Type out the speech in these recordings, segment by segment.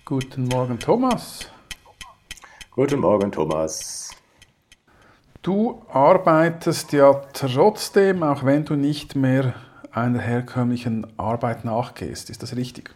Guten Morgen, Thomas. Guten Morgen, Thomas. Du arbeitest ja trotzdem, auch wenn du nicht mehr einer herkömmlichen Arbeit nachgehst. Ist das richtig?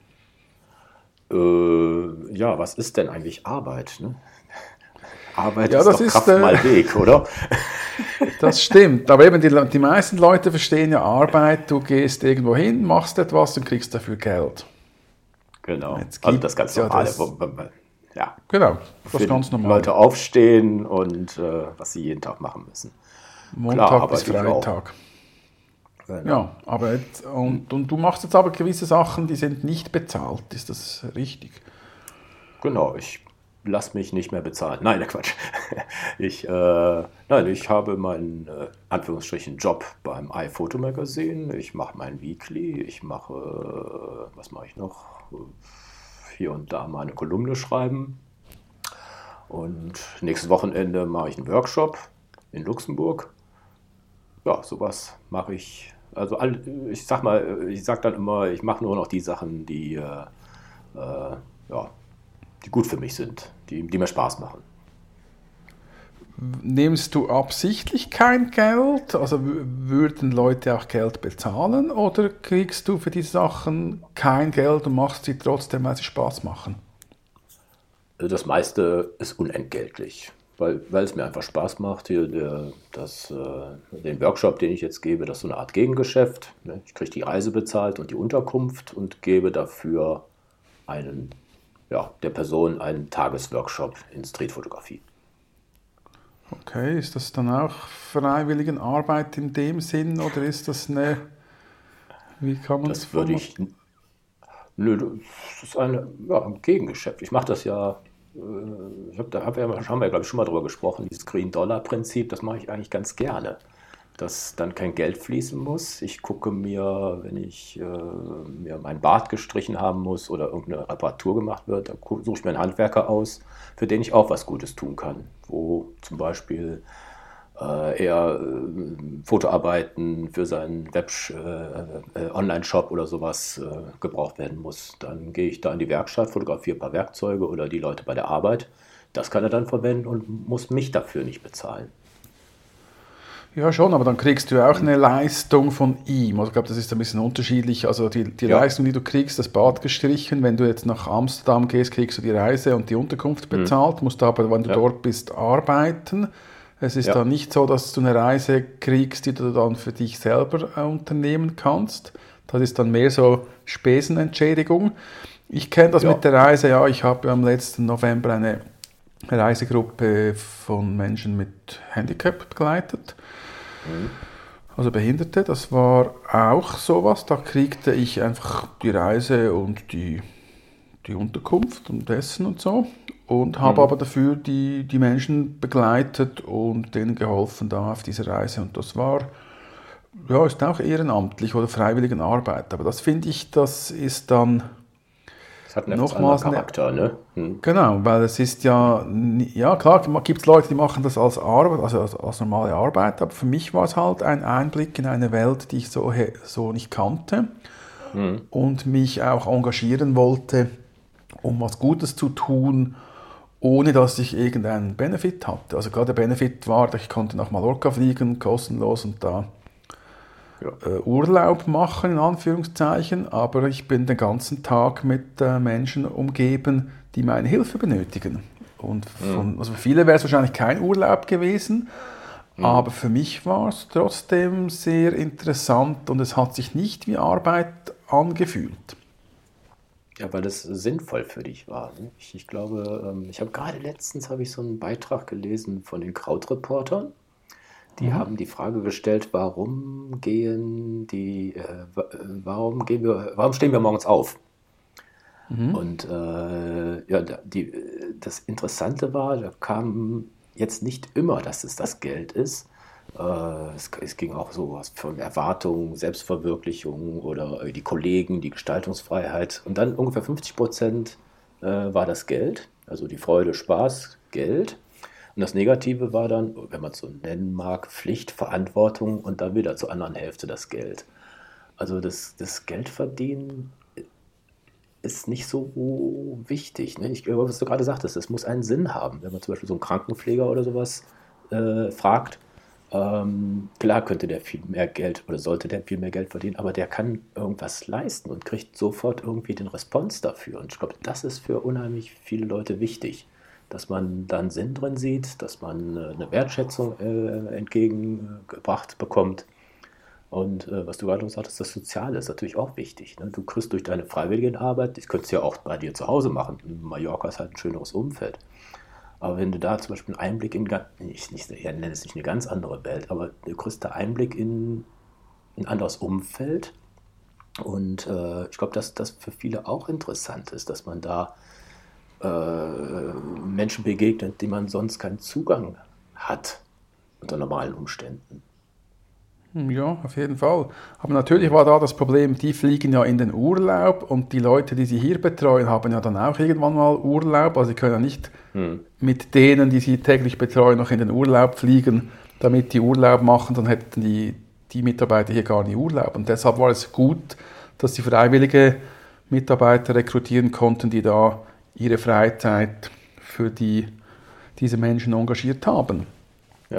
Ja, was ist denn eigentlich Arbeit? Ne? Arbeit Ja, ist das doch ist, Kraft mal Weg, oder? das stimmt. Aber eben die meisten Leute verstehen ja Arbeit. Du gehst irgendwo hin, machst etwas und kriegst dafür Geld. Genau. Jetzt Also das gibt es ganz ja Normale. das, Ja, genau, das wofür ganz Normale. Leute aufstehen und was sie jeden Tag machen müssen. Klar, Montag bis arbeite ich auch. Freitag. Genau. Ja, aber und du machst jetzt aber gewisse Sachen, die sind nicht bezahlt. Ist das richtig? Genau, ich lasse mich nicht mehr bezahlen. Nein, der Quatsch. Ich habe meinen Anführungsstrichen Job beim iPhoto Magazine. Ich mache mein Weekly. Was mache ich noch? Hier und da mal eine Kolumne schreiben. Und nächstes Wochenende mache ich einen Workshop in Luxemburg. Ja, sowas mache ich. Ich sag dann immer, ich mache nur noch die Sachen, ja, die gut für mich sind, die mir Spaß machen. Nimmst du absichtlich kein Geld? Also würden Leute auch Geld bezahlen? Oder kriegst du für die Sachen kein Geld und machst sie trotzdem, weil sie Spaß machen? Das meiste ist unentgeltlich, weil es mir einfach Spaß macht. Den Workshop, den ich jetzt gebe, das ist so eine Art Gegengeschäft. Ne? Ich kriege die Reise bezahlt und die Unterkunft und gebe dafür der Person einen Tagesworkshop in Streetfotografie. Okay, ist das dann auch Freiwilligenarbeit in dem Sinn oder ist das wie kann man es Das würde formulieren? ich Nö, das ist ein Gegengeschäft. Ich mache das ja, haben wir, glaube ich, schon mal drüber gesprochen, dieses Green-Dollar-Prinzip, das mache ich eigentlich ganz gerne. Dass dann kein Geld fließen muss. Ich gucke mir, wenn ich mir meinen Bart gestrichen haben muss oder irgendeine Reparatur gemacht wird, dann suche ich mir einen Handwerker aus, für den ich auch was Gutes tun kann. Wo zum Beispiel eher Fotoarbeiten für seinen Online-Shop oder sowas gebraucht werden muss. Dann gehe ich da in die Werkstatt, fotografiere ein paar Werkzeuge oder die Leute bei der Arbeit. Das kann er dann verwenden und muss mich dafür nicht bezahlen. Ja, schon, aber dann kriegst du auch eine Leistung von ihm. Also ich glaube, das ist ein bisschen unterschiedlich. Also die Ja. Leistung, die du kriegst, das Bad gestrichen, wenn du jetzt nach Amsterdam gehst, kriegst du die Reise und die Unterkunft bezahlt, musst aber, wenn du Ja. dort bist, arbeiten. Es ist Ja. dann nicht so, dass du eine Reise kriegst, die du dann für dich selber unternehmen kannst. Das ist dann mehr so Spesenentschädigung. Ich kenne das Ja. mit der Reise, ja, ich habe am letzten November eine Reisegruppe von Menschen mit Handicap begleitet. Also Behinderte, das war auch sowas. Da kriegte ich einfach die Reise und die Unterkunft und Essen und so. Und habe aber dafür die Menschen begleitet und denen geholfen da auf dieser Reise. Und das war, ja, ist auch ehrenamtlich oder Freiwilligenarbeit. Aber das finde ich, das ist dann Das hat einen etwas anderen nochmals eine. Charakter, ne? Genau, weil es ist ja, ja klar, gibt es Leute, die machen das als Arbeit, also als normale Arbeit, aber für mich war es halt ein Einblick in eine Welt, die ich so nicht kannte und mich auch engagieren wollte, um was Gutes zu tun, ohne dass ich irgendeinen Benefit hatte. Also gerade der Benefit war, ich konnte nach Mallorca fliegen, kostenlos und da Ja. Urlaub machen, in Anführungszeichen, aber ich bin den ganzen Tag mit Menschen umgeben, die meine Hilfe benötigen. Und also für viele wäre es wahrscheinlich kein Urlaub gewesen, aber für mich war es trotzdem sehr interessant und es hat sich nicht wie Arbeit angefühlt. Ja, weil es sinnvoll für dich war. Ne? Ich glaube, ich habe gerade letztens habe ich so einen Beitrag gelesen von den Krautreportern. Die haben die Frage gestellt, warum stehen wir morgens auf? Und das Interessante war, da kam jetzt nicht immer, dass es das Geld ist. Es ging auch so was von Erwartungen, Selbstverwirklichung oder die Kollegen, die Gestaltungsfreiheit. Und dann ungefähr 50% war das Geld, also die Freude, Spaß, Geld. Und das Negative war dann, wenn man es so nennen mag, Pflicht, Verantwortung und dann wieder zur anderen Hälfte das Geld. Also das Geldverdienen ist nicht so wichtig. Ne? Ich glaube, was du gerade sagtest, es muss einen Sinn haben. Wenn man zum Beispiel so einen Krankenpfleger oder sowas fragt, klar könnte der viel mehr Geld oder sollte der viel mehr Geld verdienen, aber der kann irgendwas leisten und kriegt sofort irgendwie den Response dafür. Und ich glaube, das ist für unheimlich viele Leute wichtig, dass man da einen Sinn drin sieht, dass man eine Wertschätzung entgegengebracht bekommt. Und was du gerade noch sagtest, das Soziale ist natürlich auch wichtig. Ne? Du kriegst durch deine Freiwilligenarbeit, das könntest du ja auch bei dir zu Hause machen. Mallorca ist halt ein schöneres Umfeld. Aber wenn du da zum Beispiel einen Einblick ich nenne es nicht eine ganz andere Welt, aber du kriegst da Einblick in ein anderes Umfeld. Und ich glaube, dass das für viele auch interessant ist, dass man da Menschen begegnet, die man sonst keinen Zugang hat unter normalen Umständen. Ja, auf jeden Fall. Aber natürlich war da das Problem, die fliegen ja in den Urlaub und die Leute, die sie hier betreuen, haben ja dann auch irgendwann mal Urlaub. Also sie können ja nicht mit denen, die sie täglich betreuen, noch in den Urlaub fliegen, damit die Urlaub machen, dann hätten die Mitarbeiter hier gar nicht Urlaub. Und deshalb war es gut, dass sie freiwillige Mitarbeiter rekrutieren konnten, die da ihre Freizeit für diese Menschen engagiert haben. Ja.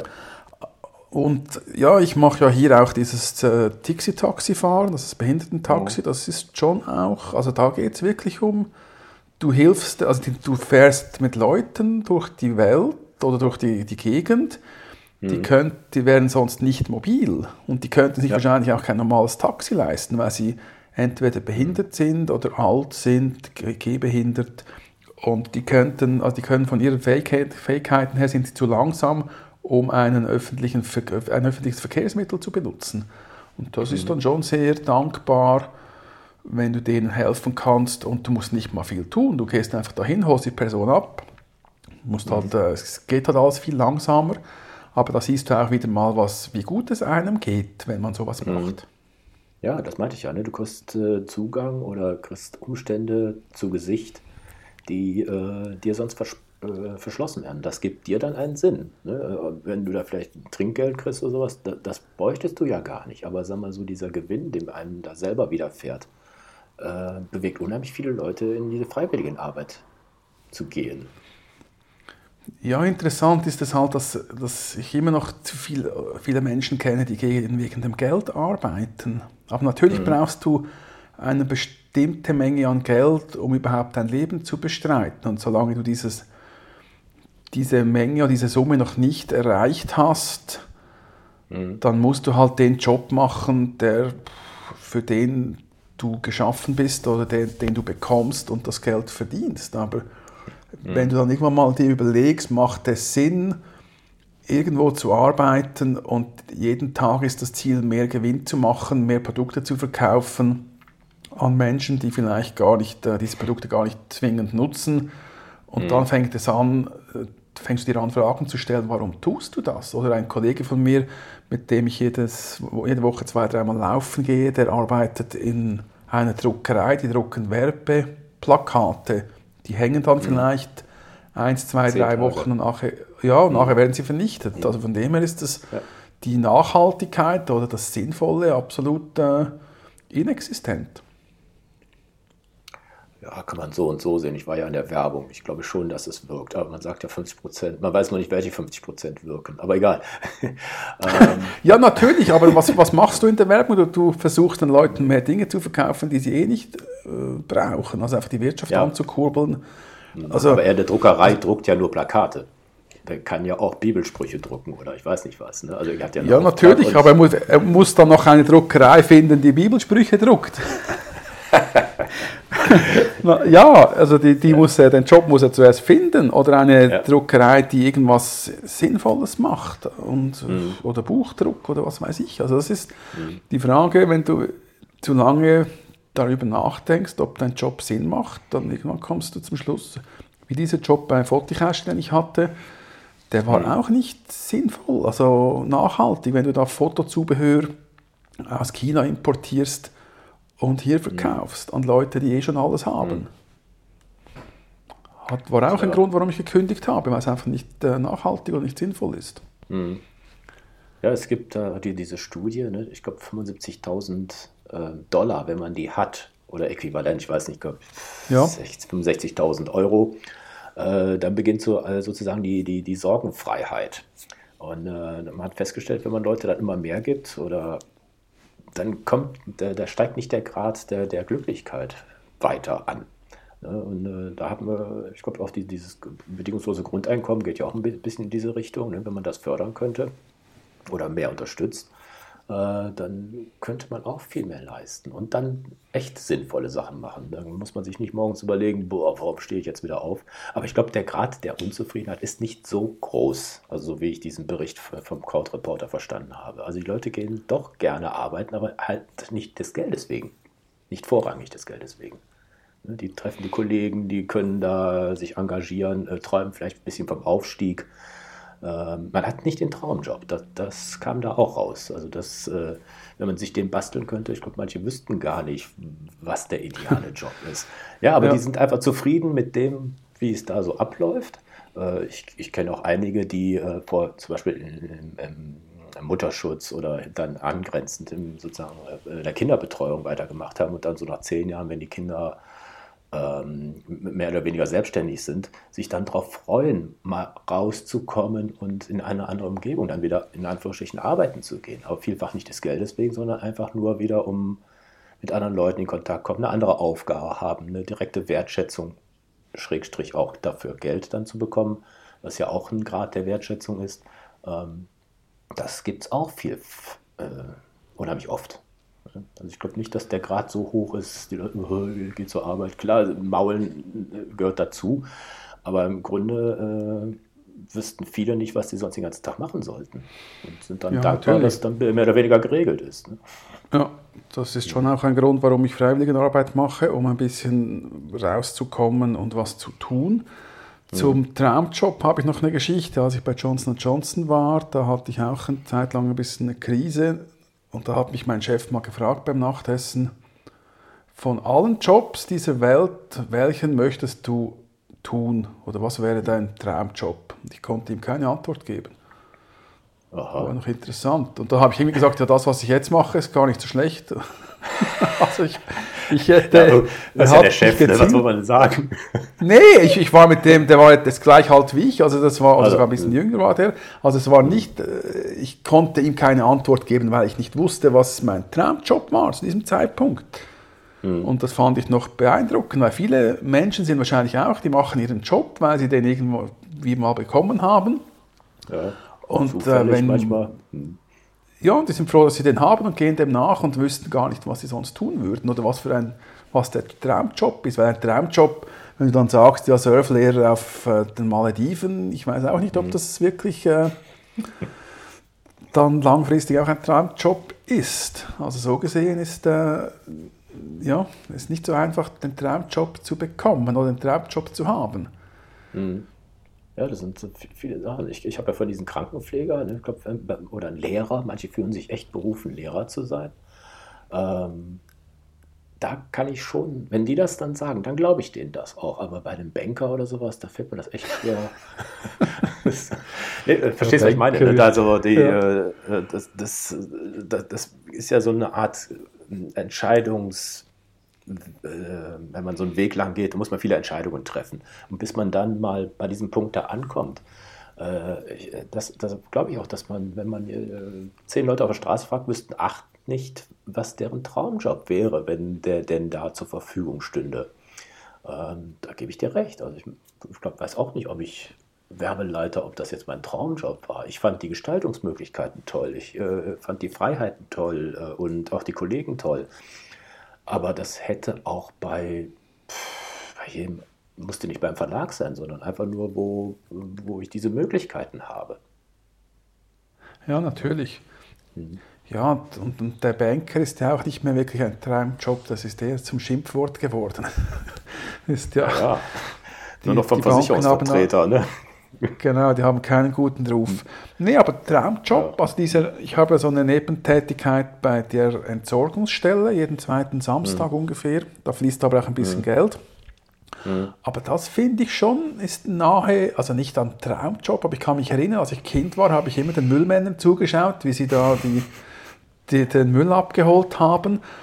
Und ja, ich mache ja hier auch dieses Tixi-Taxi-Fahren, das ist Behindertentaxi, das ist schon auch, also da geht es wirklich um, du hilfst, also du fährst mit Leuten durch die Welt oder durch die Gegend, die wären sonst nicht mobil und die könnten sich wahrscheinlich auch kein normales Taxi leisten, weil sie entweder behindert sind oder alt sind, gehbehindert und die können von ihren Fähigkeiten her sind sie zu langsam, um ein öffentliches Verkehrsmittel zu benutzen. Und das ist dann schon sehr dankbar, wenn du denen helfen kannst und du musst nicht mal viel tun. Du gehst einfach dahin, holst die Person ab, es geht halt alles viel langsamer, aber da siehst du auch wieder mal, wie gut es einem geht, wenn man sowas macht. Ja, das meinte ich ja. Ne? Du kriegst Zugang oder kriegst Umstände zu Gesicht, die dir sonst verschlossen werden. Das gibt dir dann einen Sinn. Ne? Wenn du da vielleicht ein Trinkgeld kriegst oder sowas, das bräuchtest du ja gar nicht. Aber sag mal so, dieser Gewinn, dem einem da selber widerfährt, bewegt unheimlich viele Leute in diese Freiwilligenarbeit zu gehen. Ja, interessant ist es halt, dass ich immer noch zu viele Menschen kenne, die wegen dem Geld arbeiten. Aber natürlich brauchst du eine bestimmte Menge an Geld, um überhaupt dein Leben zu bestreiten. Und solange du diese Menge oder diese Summe noch nicht erreicht hast, dann musst du halt den Job machen, für den du geschaffen bist oder den du bekommst und das Geld verdienst. Aber wenn du dann irgendwann mal dir überlegst, macht es Sinn, irgendwo zu arbeiten und jeden Tag ist das Ziel, mehr Gewinn zu machen, mehr Produkte zu verkaufen an Menschen, die vielleicht diese Produkte gar nicht zwingend nutzen. Und dann fängst du dir an, Fragen zu stellen, warum tust du das? Oder ein Kollege von mir, mit dem ich jede Woche 2-3 Mal laufen gehe, der arbeitet in einer Druckerei, die drucken Werbeplakate. Die hängen dann vielleicht 1, 2, 3 Wochen und nachher werden sie vernichtet. Also von dem her ist die Nachhaltigkeit oder das Sinnvolle absolut inexistent. Ja, kann man so und so sehen. Ich war ja in der Werbung. Ich glaube schon, dass es wirkt. Aber man sagt ja 50%. Man weiß noch nicht, welche 50% wirken. Aber egal. Ja, natürlich. Aber was machst du in der Werbung? Du versuchst den Leuten mehr Dinge zu verkaufen, die sie nicht brauchen. Also einfach die Wirtschaft anzukurbeln. Also, aber der Druckerei druckt ja nur Plakate. Der kann ja auch Bibelsprüche drucken oder ich weiß nicht was. Ne? Also er hat ja natürlich. Aber er muss dann noch eine Druckerei finden, die Bibelsprüche druckt. Ja, also den Job muss er zuerst finden oder eine Druckerei, die irgendwas Sinnvolles macht oder Buchdruck oder was weiß ich. Also das ist die Frage, wenn du zu lange darüber nachdenkst, ob dein Job Sinn macht, dann irgendwann kommst du zum Schluss, wie dieser Job bei Fotokästen, den ich hatte, der war auch nicht sinnvoll, also nachhaltig, wenn du da Fotozubehör aus China importierst und hier verkaufst an Leute, die schon alles haben. War auch ein Grund, warum ich gekündigt habe, weil es einfach nicht nachhaltig und nicht sinnvoll ist. Ja, es gibt diese Studie, ne? Ich glaube $75.000, wenn man die hat oder äquivalent, ich weiß nicht, Ja. 65.000 Euro. Dann beginnt sozusagen die Sorgenfreiheit. Und man hat festgestellt, wenn man Leute dann immer mehr gibt, oder dann da steigt nicht der Grad der Glücklichkeit weiter an. Und da haben wir, ich glaube, auch dieses bedingungslose Grundeinkommen geht ja auch ein bisschen in diese Richtung, ne? Wenn man das fördern könnte oder mehr unterstützt, dann könnte man auch viel mehr leisten und dann echt sinnvolle Sachen machen. Dann muss man sich nicht morgens überlegen, boah, warum stehe ich jetzt wieder auf? Aber ich glaube, der Grad der Unzufriedenheit ist nicht so groß, also so wie ich diesen Bericht vom Kraut-Reporter verstanden habe. Also die Leute gehen doch gerne arbeiten, aber halt nicht des Geldes wegen, nicht vorrangig des Geldes wegen. Die treffen die Kollegen, die können da sich engagieren, träumen vielleicht ein bisschen vom Aufstieg. Man hat nicht den Traumjob, das kam da auch raus. Also wenn man sich den basteln könnte, ich glaube, manche wüssten gar nicht, was der ideale Job ist. Ja, aber die sind einfach zufrieden mit dem, wie es da so abläuft. Ich kenne auch einige, die zum Beispiel im Mutterschutz oder dann angrenzend sozusagen der Kinderbetreuung weitergemacht haben und dann so nach 10 Jahren, wenn die Kinder mehr oder weniger selbstständig sind, sich dann darauf freuen, mal rauszukommen und in eine andere Umgebung dann wieder in Anführungsstrichen arbeiten zu gehen. Aber vielfach nicht des Geldes wegen, sondern einfach nur wieder, um mit anderen Leuten in Kontakt kommen, eine andere Aufgabe haben, eine direkte Wertschätzung, Schrägstrich auch dafür Geld dann zu bekommen, was ja auch ein Grad der Wertschätzung ist. Das gibt es auch unheimlich oft. Also ich glaube nicht, dass der Grad so hoch ist, die Leute gehen zur Arbeit. Klar, Maulen gehört dazu, aber im Grunde wüssten viele nicht, was sie sonst den ganzen Tag machen sollten und sind dann dankbar, dass es dann mehr oder weniger geregelt ist. Ne? Ja, das ist schon auch ein Grund, warum ich Freiwilligenarbeit mache, um ein bisschen rauszukommen und was zu tun. Zum Traumjob habe ich noch eine Geschichte. Als ich bei Johnson & Johnson war, da hatte ich auch eine Zeit lang ein bisschen eine Krise. Und da hat mich mein Chef mal gefragt beim Nachtessen, von allen Jobs dieser Welt, welchen möchtest du tun? Oder was wäre dein Traumjob? Und ich konnte ihm keine Antwort geben. Aha. War noch interessant. Und da habe ich irgendwie gesagt, ja, das, was ich jetzt mache, ist gar nicht so schlecht. Also ich hätte... Ja, das ist ja der Chef, ne? Was soll man denn sagen? Nee, ich war mit dem, der war jetzt gleich alt wie ich, also das war, also sogar ein bisschen jünger war der. Also es war nicht, ich konnte ihm keine Antwort geben, weil ich nicht wusste, was mein Traumjob war zu diesem Zeitpunkt. Und das fand ich noch beeindruckend, weil viele Menschen sind wahrscheinlich auch, die machen ihren Job, weil sie den irgendwie mal bekommen haben. Ja, und wenn manchmal... Ja, und die sind froh, dass sie den haben und gehen dem nach und wüssten gar nicht, was sie sonst tun würden oder was der Traumjob ist. Weil ein Traumjob, wenn du dann sagst, ja, Surflehrer auf den Malediven, ich weiß auch nicht, ob das wirklich dann langfristig auch ein Traumjob ist. Also so gesehen ist es nicht so einfach, den Traumjob zu bekommen oder den Traumjob zu haben. Ja, das sind so viele Sachen. Ich habe ja von diesen Krankenpfleger, ne, ich glaub, oder ein Lehrer, manche fühlen sich echt berufen, Lehrer zu sein. Da kann ich schon, wenn die das dann sagen, dann glaube ich denen das auch. Aber bei einem Banker oder sowas, da fällt mir das echt schwer. Verstehst du, was ich meine? Ne? Also das ist ja so eine Art wenn man so einen Weg lang geht, muss man viele Entscheidungen treffen. Und bis man dann mal bei diesem Punkt da ankommt, das glaube ich auch, dass man, wenn man 10 Leute auf der Straße fragt, wüssten 8 nicht, was deren Traumjob wäre, wenn der denn da zur Verfügung stünde. Da gebe ich dir recht. Also ich weiß auch nicht, ob ich Werbeleiter, ob das jetzt mein Traumjob war. Ich fand die Gestaltungsmöglichkeiten toll, ich fand die Freiheiten toll und auch die Kollegen toll. Aber das hätte auch bei jedem, musste nicht beim Verlag sein, sondern einfach nur, wo ich diese Möglichkeiten habe. Ja, natürlich. Ja, und der Banker ist ja auch nicht mehr wirklich ein Traumjob, das ist eher zum Schimpfwort geworden. Ist ja, nur noch vom Versicherungsvertreter, ne? Genau, die haben keinen guten Ruf. Nee, aber Traumjob, also ich habe so eine Nebentätigkeit bei der Entsorgungsstelle, jeden zweiten Samstag ungefähr. Da fließt aber auch ein bisschen Geld. Aber das finde ich schon, ist nahe, also nicht ein Traumjob, aber ich kann mich erinnern, als ich Kind war, habe ich immer den Müllmännern zugeschaut, wie sie da den Müll abgeholt haben.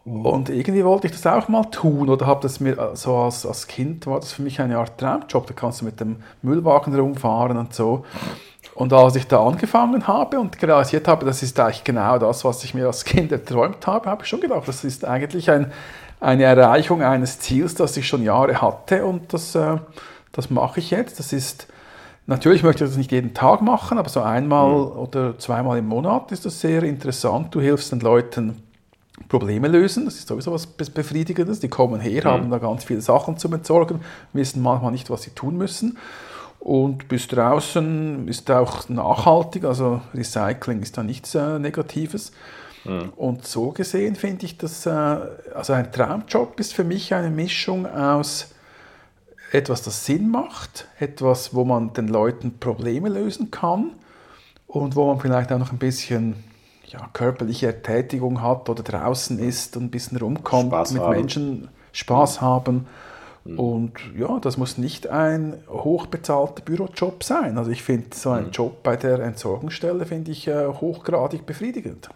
Und irgendwie wollte ich das auch mal tun oder habe das mir so als Kind, war das für mich eine Art Traumjob. Da kannst du mit dem Müllwagen rumfahren und so. Und als ich da angefangen habe und realisiert habe, das ist eigentlich genau das, was ich mir als Kind erträumt habe, habe ich schon gedacht, das ist eigentlich eine Erreichung eines Ziels, das ich schon Jahre hatte und das mache ich jetzt. Das ist, natürlich möchte ich das nicht jeden Tag machen, aber so einmal oder zweimal im Monat ist das sehr interessant. Du hilfst den Leuten Probleme lösen, das ist sowieso was Befriedigendes. Die kommen her, haben da ganz viele Sachen zum Entsorgen, wissen manchmal nicht, was sie tun müssen. Und bis draußen ist auch nachhaltig, also Recycling ist da nichts Negatives. Und so gesehen finde ich, dass also ein Traumjob ist für mich eine Mischung aus etwas, das Sinn macht, etwas, wo man den Leuten Probleme lösen kann und wo man vielleicht auch noch ein bisschen körperliche Ertätigung hat oder draußen ist und ein bisschen rumkommt, Spaß mit haben. Menschen Spaß haben. Und ja, das muss nicht ein hochbezahlter Bürojob sein. Also ich finde so einen Job bei der Entsorgungsstelle finde ich hochgradig befriedigend.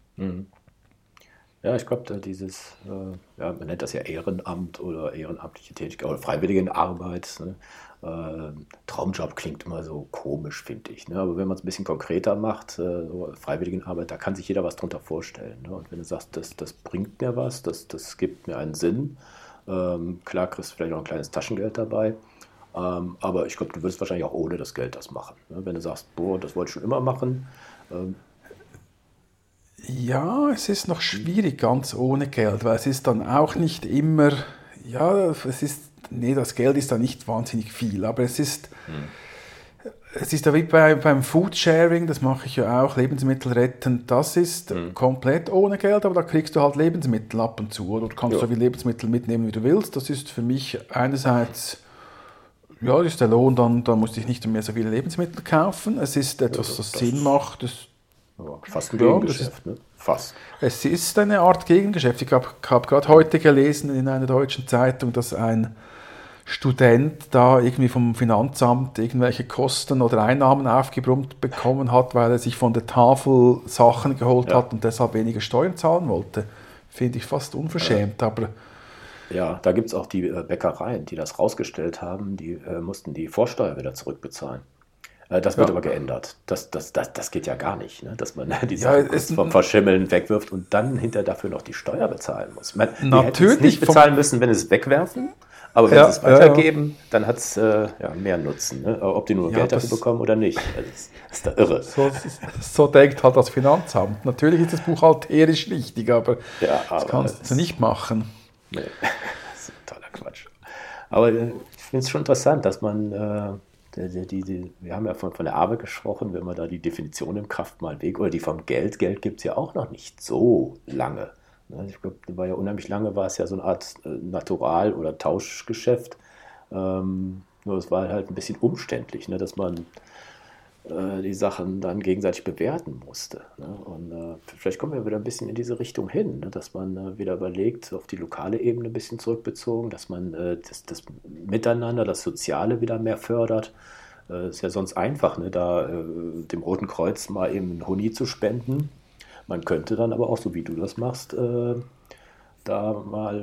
Ja, ich glaube, dieses, man nennt das ja Ehrenamt oder ehrenamtliche Tätigkeit oder Freiwilligenarbeit. Ne? Traumjob klingt immer so komisch, finde ich. Ne? Aber wenn man es ein bisschen konkreter macht, so Freiwilligenarbeit, da kann sich jeder was drunter vorstellen. Ne? Und wenn du sagst, das bringt mir was, das gibt mir einen Sinn, klar kriegst du vielleicht auch ein kleines Taschengeld dabei. Aber ich glaube, du würdest wahrscheinlich auch ohne das Geld das machen. Ne? Wenn du sagst, boah, das wollte ich schon immer machen. Ja, es ist noch schwierig ganz ohne Geld, weil es ist dann auch nicht immer, das Geld ist da nicht wahnsinnig viel, aber es ist ja wie beim Foodsharing, das mache ich ja auch, Lebensmittel retten, das ist komplett ohne Geld, aber da kriegst du halt Lebensmittel ab und zu, oder du kannst so viele Lebensmittel mitnehmen, wie du willst. Das ist für mich einerseits, ja, das ist der Lohn, dann musste ich nicht mehr so viele Lebensmittel kaufen. Es ist etwas, das Sinn macht. Fast ein Gegengeschäft, ne? Fast. Es ist eine Art Gegengeschäft. Ich hab gerade heute gelesen in einer deutschen Zeitung, dass ein Student da irgendwie vom Finanzamt irgendwelche Kosten oder Einnahmen aufgebrummt bekommen hat, weil er sich von der Tafel Sachen geholt hat und deshalb weniger Steuern zahlen wollte. Finde ich fast unverschämt, aber... Ja, da gibt es auch die Bäckereien, die das rausgestellt haben, die mussten die Vorsteuer wieder zurückbezahlen. Das wird aber geändert. Das geht ja gar nicht, ne? Dass man die Sachen kurz vom Verschimmeln wegwirft und dann hinterher dafür noch die Steuer bezahlen muss. Die hätten es nicht bezahlen müssen, wenn sie es wegwerfen, aber wenn sie es weitergeben, dann hat es mehr Nutzen. Ne? Ob die nur Geld dafür bekommen oder nicht. Das ist da irre. So denkt halt das Finanzamt. Natürlich ist das buchhalterisch richtig, aber das kannst du nicht machen. Nee, das ist ein toller Quatsch. Aber ich finde es schon interessant, dass man... wir haben ja von der Arbeit gesprochen, wenn man da die Definition im Kraftmahlweg oder die vom Geld gibt es ja auch noch nicht so lange. Ich glaube, war es ja so eine Art Natural- oder Tauschgeschäft. Nur es war halt ein bisschen umständlich, ne, dass man die Sachen dann gegenseitig bewerten musste. Ne? Und vielleicht kommen wir wieder ein bisschen in diese Richtung hin, ne? Dass man wieder überlegt, auf die lokale Ebene ein bisschen zurückbezogen, dass man das Miteinander, das Soziale wieder mehr fördert. Ist ja sonst einfach, ne? Da dem Roten Kreuz mal eben einen Huni zu spenden. Man könnte dann aber auch, so wie du das machst, da mal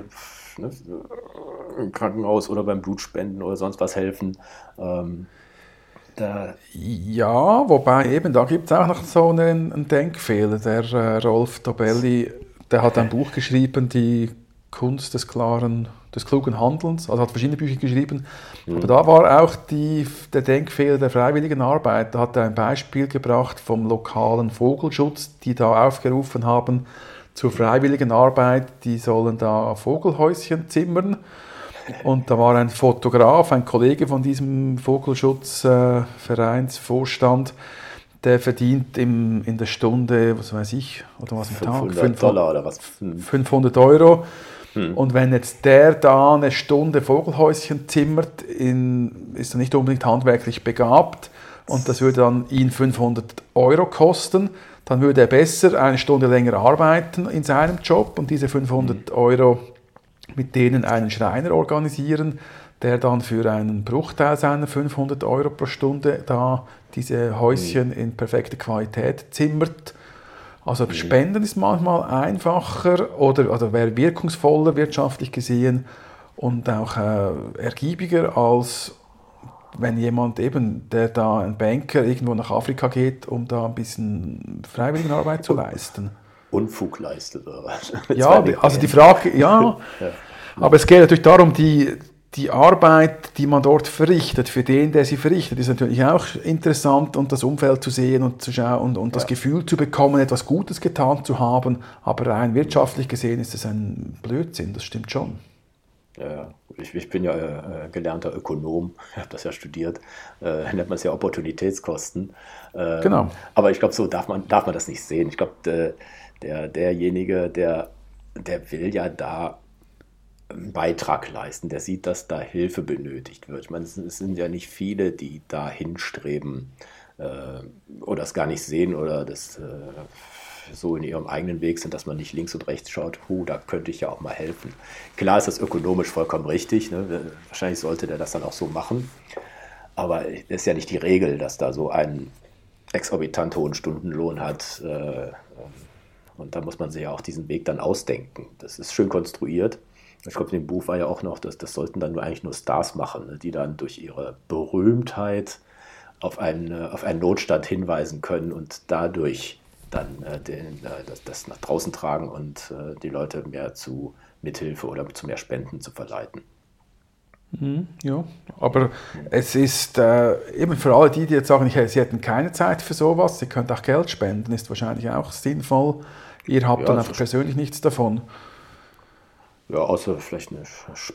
im Krankenhaus oder beim Blutspenden oder sonst was helfen. Ja, wobei eben, da gibt es auch noch so einen Denkfehler. Der Rolf Dobelli, der hat ein Buch geschrieben, die Kunst des klugen Handelns, also hat verschiedene Bücher geschrieben, aber da war auch der Denkfehler der freiwilligen Arbeit. Da hat er ein Beispiel gebracht vom lokalen Vogelschutz, die da aufgerufen haben zur freiwilligen Arbeit, die sollen da Vogelhäuschen zimmern. Und da war ein Fotograf, ein Kollege von diesem Vogelschutzvereinsvorstand, der verdient in der Stunde, was weiß ich, oder was im Tag? $500 oder was? 500 Euro. Und wenn jetzt der da eine Stunde Vogelhäuschen zimmert, ist er nicht unbedingt handwerklich begabt und das würde dann ihn 500 Euro kosten, dann würde er besser eine Stunde länger arbeiten in seinem Job und diese 500 Euro mit denen einen Schreiner organisieren, der dann für einen Bruchteil seiner 500 Euro pro Stunde da diese Häuschen in perfekter Qualität zimmert. Also Spenden ist manchmal einfacher oder wäre wirkungsvoller wirtschaftlich gesehen und auch ergiebiger, als wenn jemand eben, ein Banker irgendwo nach Afrika geht, um da ein bisschen Freiwilligenarbeit zu leisten. Unfug leistet oder was? Ja, also die Frage, ja, aber es geht natürlich darum, die Arbeit, die man dort verrichtet, für den, der sie verrichtet, ist natürlich auch interessant und das Umfeld zu sehen und zu schauen und das Gefühl zu bekommen, etwas Gutes getan zu haben, aber rein wirtschaftlich gesehen ist es ein Blödsinn, das stimmt schon. Ja, ich bin ja gelernter Ökonom, ich habe das ja studiert, nennt man es ja Opportunitätskosten. Genau. Aber ich glaube, so darf man das nicht sehen. Ich glaube, derjenige, der will ja da einen Beitrag leisten, der sieht, dass da Hilfe benötigt wird. Ich meine, es sind ja nicht viele, die da hinstreben oder es gar nicht sehen oder das so in ihrem eigenen Weg sind, dass man nicht links und rechts schaut, da könnte ich ja auch mal helfen. Klar ist das ökonomisch vollkommen richtig, ne? Wahrscheinlich sollte der das dann auch so machen, aber es ist ja nicht die Regel, dass da so ein exorbitant hohen Stundenlohn hat und da muss man sich ja auch diesen Weg dann ausdenken. Das ist schön konstruiert. Ich glaube, in dem Buch war ja auch noch, das sollten dann eigentlich nur Stars machen, ne? Die dann durch ihre Berühmtheit auf einen Notstand hinweisen können und dadurch dann das nach draußen tragen und die Leute mehr zu Mithilfe oder zu mehr Spenden zu verleiten. Ja, aber es ist eben für alle die jetzt sagen, sie hätten keine Zeit für sowas, sie könnten auch Geld spenden, ist wahrscheinlich auch sinnvoll. Ihr habt dann einfach persönlich nichts davon. Ja, außer vielleicht eine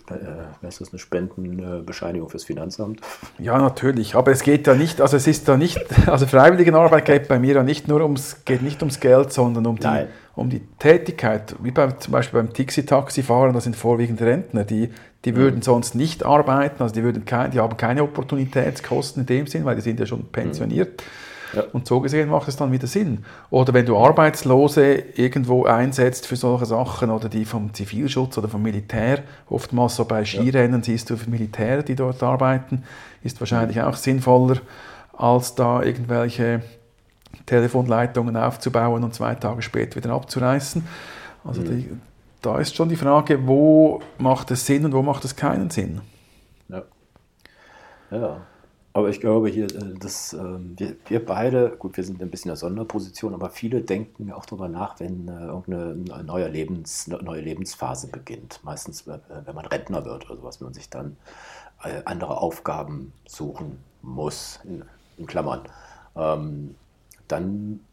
Spendenbescheinigung fürs Finanzamt. Ja, natürlich, aber es geht ja nicht, also Freiwilligenarbeit geht bei mir ja nicht ums Geld, sondern um die Tätigkeit. Wie zum Beispiel beim Taxifahren, das sind vorwiegend Rentner, die würden sonst nicht arbeiten, also die haben keine Opportunitätskosten in dem Sinn, weil die sind ja schon pensioniert. Ja. Und so gesehen macht es dann wieder Sinn. Oder wenn du Arbeitslose irgendwo einsetzt für solche Sachen oder die vom Zivilschutz oder vom Militär, oftmals so bei Skirennen siehst du Militäre, die dort arbeiten, ist wahrscheinlich auch sinnvoller, als da irgendwelche Telefonleitungen aufzubauen und 2 Tage später wieder abzureißen. Also da ist schon die Frage, wo macht es Sinn und wo macht es keinen Sinn. Ja. Aber ich glaube hier, dass wir beide, gut, wir sind ein bisschen in der Sonderposition, aber viele denken auch darüber nach, wenn irgendeine neue Lebensphase beginnt. Meistens, wenn man Rentner wird oder sowas, wenn man sich dann andere Aufgaben suchen muss, in Klammern. Dann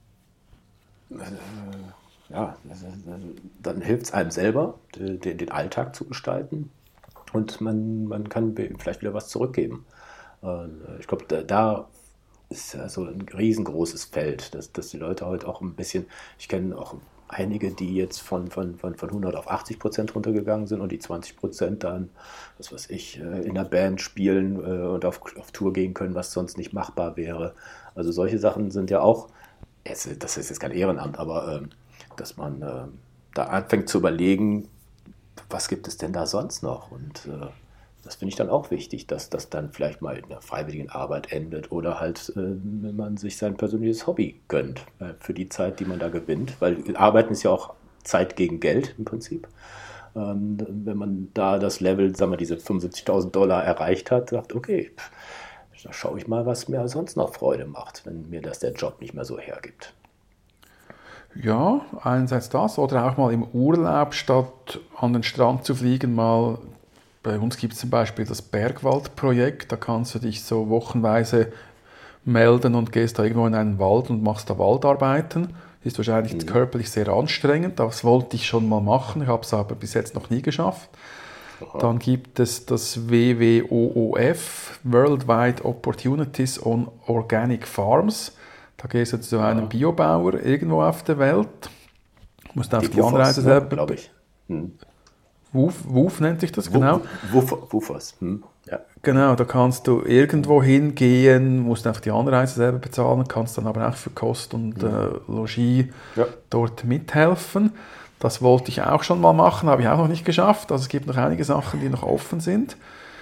hilft es einem selber, den Alltag zu gestalten und man kann vielleicht wieder was zurückgeben. Ich glaube, da ist ja so ein riesengroßes Feld, dass die Leute heute auch ein bisschen, ich kenne auch einige, die jetzt von 100 auf 80% runtergegangen sind und die 20% dann, was weiß ich, in der Band spielen und auf Tour gehen können, was sonst nicht machbar wäre. Also solche Sachen sind ja auch, das ist jetzt kein Ehrenamt, aber dass man da anfängt zu überlegen, was gibt es denn da sonst noch? Und das finde ich dann auch wichtig, dass das dann vielleicht mal in einer freiwilligen Arbeit endet oder halt, wenn man sich sein persönliches Hobby gönnt für die Zeit, die man da gewinnt. Weil Arbeiten ist ja auch Zeit gegen Geld im Prinzip. Wenn man da das Level, sagen wir, diese $75.000 erreicht hat, sagt, okay, da schaue ich mal, was mir sonst noch Freude macht, wenn mir das der Job nicht mehr so hergibt. Ja, einerseits das oder auch mal im Urlaub statt an den Strand zu fliegen, mal. Bei uns gibt es zum Beispiel das Bergwaldprojekt, da kannst du dich so wochenweise melden und gehst da irgendwo in einen Wald und machst da Waldarbeiten. Ist wahrscheinlich körperlich sehr anstrengend, das wollte ich schon mal machen, ich habe es aber bis jetzt noch nie geschafft. Aha. Dann gibt es das WWOOF, Worldwide Opportunities on Organic Farms. Da gehst du zu einem Biobauer irgendwo auf der Welt. Du musst auf die Anreise selber, glaube ich. WWOOF nennt sich das, genau. WWOOFers. Ja. Genau, da kannst du irgendwo hingehen, musst einfach die Anreise selber bezahlen, kannst dann aber auch für Kost und Logis dort mithelfen. Das wollte ich auch schon mal machen, habe ich auch noch nicht geschafft. Also es gibt noch einige Sachen, die noch offen sind.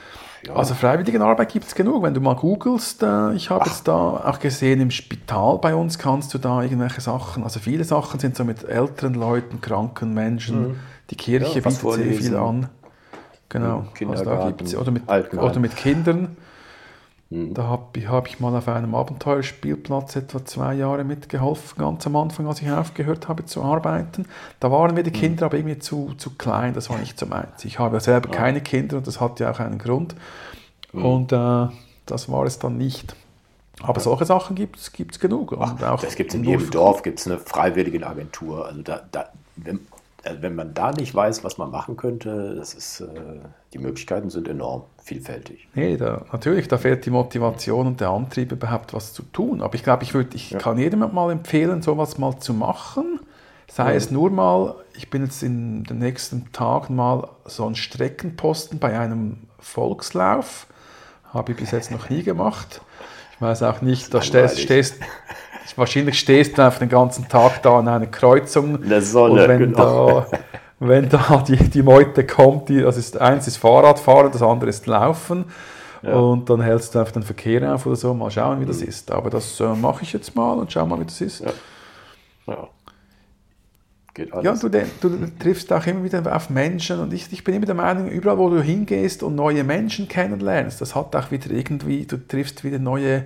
Ja. Also Freiwilligenarbeit gibt es genug. Wenn du mal googelst, ich habe jetzt da auch gesehen, im Spital bei uns kannst du da irgendwelche Sachen, also viele Sachen sind so mit älteren Leuten, kranken Menschen. Die Kirche was bietet sehr viel vorlesen. an. Genau, also da gibt's, Altenheim. oder mit Kindern. Da hab ich mal auf einem Abenteuerspielplatz etwa 2 Jahre mitgeholfen, ganz am Anfang, als ich aufgehört habe zu arbeiten. Da waren mir die Kinder aber irgendwie zu klein, das war nicht so meins. Ich habe ja selber keine Kinder und das hat ja auch einen Grund. Und das war es dann nicht. Aber solche Sachen gibt's genug. Und auch das gibt es in jedem Dorf, gibt es eine Freiwilligenagentur. Also wenn man da nicht weiß, was man machen könnte, die Möglichkeiten sind enorm vielfältig. Nee, natürlich, da fehlt die Motivation und der Antrieb, überhaupt was zu tun. Aber ich glaube, ich kann jedem mal empfehlen, sowas mal zu machen. Sei es nur mal, ich bin jetzt in den nächsten Tagen mal so ein Streckenposten bei einem Volkslauf. Habe ich bis jetzt noch nie gemacht. Ich weiß auch nicht, wahrscheinlich stehst du einfach den ganzen Tag da an einer Kreuzung. In der Sonne, und wenn da die Meute kommt, eins ist Fahrradfahren, das andere ist Laufen. Ja. Und dann hältst du einfach den Verkehr auf oder so, mal schauen, wie das ist. Aber das mache ich jetzt mal und schau mal, wie das ist. Ja. Geht alles. Ja, du triffst auch immer wieder auf Menschen und ich bin immer der Meinung, überall wo du hingehst und neue Menschen kennenlernst, das hat auch wieder irgendwie, du triffst wieder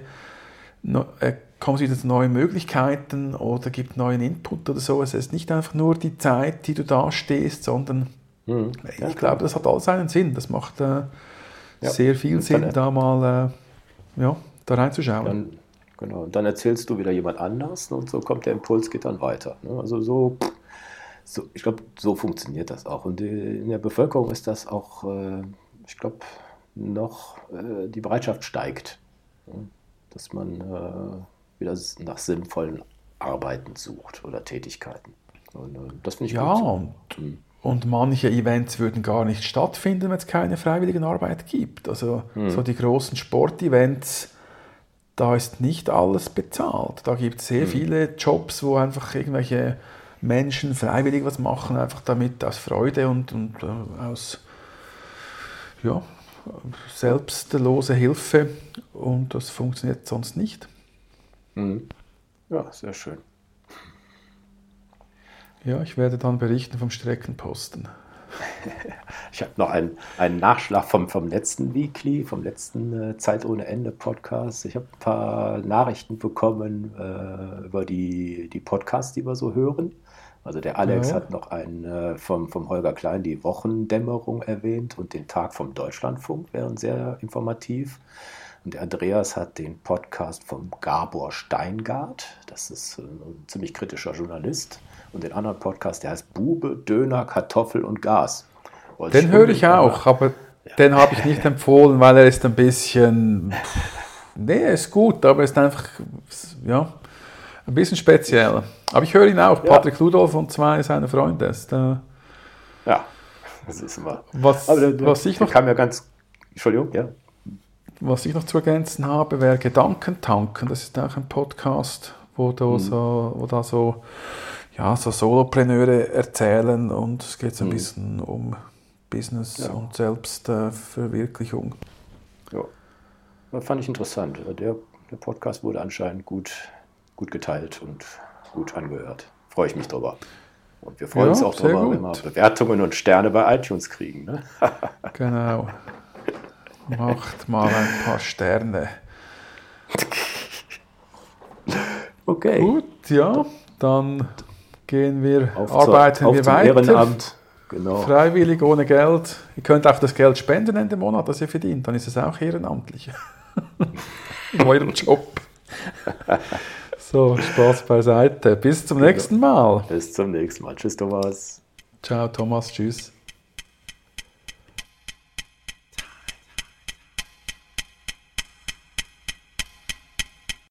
kommst wieder zu neuen Möglichkeiten oder gibt neuen Input oder so. Es ist nicht einfach nur die Zeit, die du da stehst, sondern ich glaube, das hat all seinen Sinn. Das macht sehr viel Sinn, da mal da reinzuschauen. Dann erzählst du wieder jemand anders und so kommt der Impuls, geht dann weiter. Ne? Also so, ich glaube, so funktioniert das auch. Und in der Bevölkerung ist das auch, ich glaube, noch die Bereitschaft steigt, dass man wieder nach sinnvollen Arbeiten sucht oder Tätigkeiten. Und das finde ich gut. Ja, und manche Events würden gar nicht stattfinden, wenn es keine Freiwilligenarbeit gibt. Also so die großen Sportevents, da ist nicht alles bezahlt. Da gibt es sehr viele Jobs, wo einfach irgendwelche Menschen freiwillig was machen, einfach damit aus Freude und aus selbstlose Hilfe. Und das funktioniert sonst nicht. Ja, sehr schön. Ja, ich werde dann berichten vom Streckenposten. Ich habe noch einen Nachschlag vom letzten Weekly, vom letzten Zeit ohne Ende Podcast. Ich habe ein paar Nachrichten bekommen über die Podcasts, die wir so hören. Also der Alex hat noch einen vom Holger Klein, die Wochendämmerung erwähnt und den Tag vom Deutschlandfunk, wären sehr informativ. Und der Andreas hat den Podcast vom Gabor Steingart, das ist ein ziemlich kritischer Journalist. Und den anderen Podcast, der heißt Bube, Döner, Kartoffel und Gas. Den höre ich auch, aber den habe ich nicht empfohlen, weil er ist ein bisschen, er ist gut, aber er ist einfach, ein bisschen speziell. Aber ich höre ihn auch, Patrick Ludolf und 2 seiner Freunde. Das ist immer. Was ich noch kam ja ganz, Entschuldigung, ja. Was ich noch zu ergänzen habe, wäre Gedankentanken. Das ist auch ein Podcast, wo so Solopreneure erzählen und es geht so ein bisschen um Business und Selbstverwirklichung. Ja, das fand ich interessant. Der Podcast wurde anscheinend gut geteilt und gut angehört. Freue ich mich drüber. Und wir freuen uns auch drüber, wenn wir Bewertungen und Sterne bei iTunes kriegen. Ne? Genau. Macht mal ein paar Sterne. Okay. Gut, ja, dann arbeiten wir weiter. Ehrenamt. Genau. Freiwillig, ohne Geld. Ihr könnt auch das Geld spenden Ende Monat, das ihr verdient. Dann ist es auch ehrenamtlich. In eurem Job. So, Spaß beiseite. Bis zum nächsten Mal. Bis zum nächsten Mal. Tschüss, Thomas. Ciao, Thomas. Tschüss.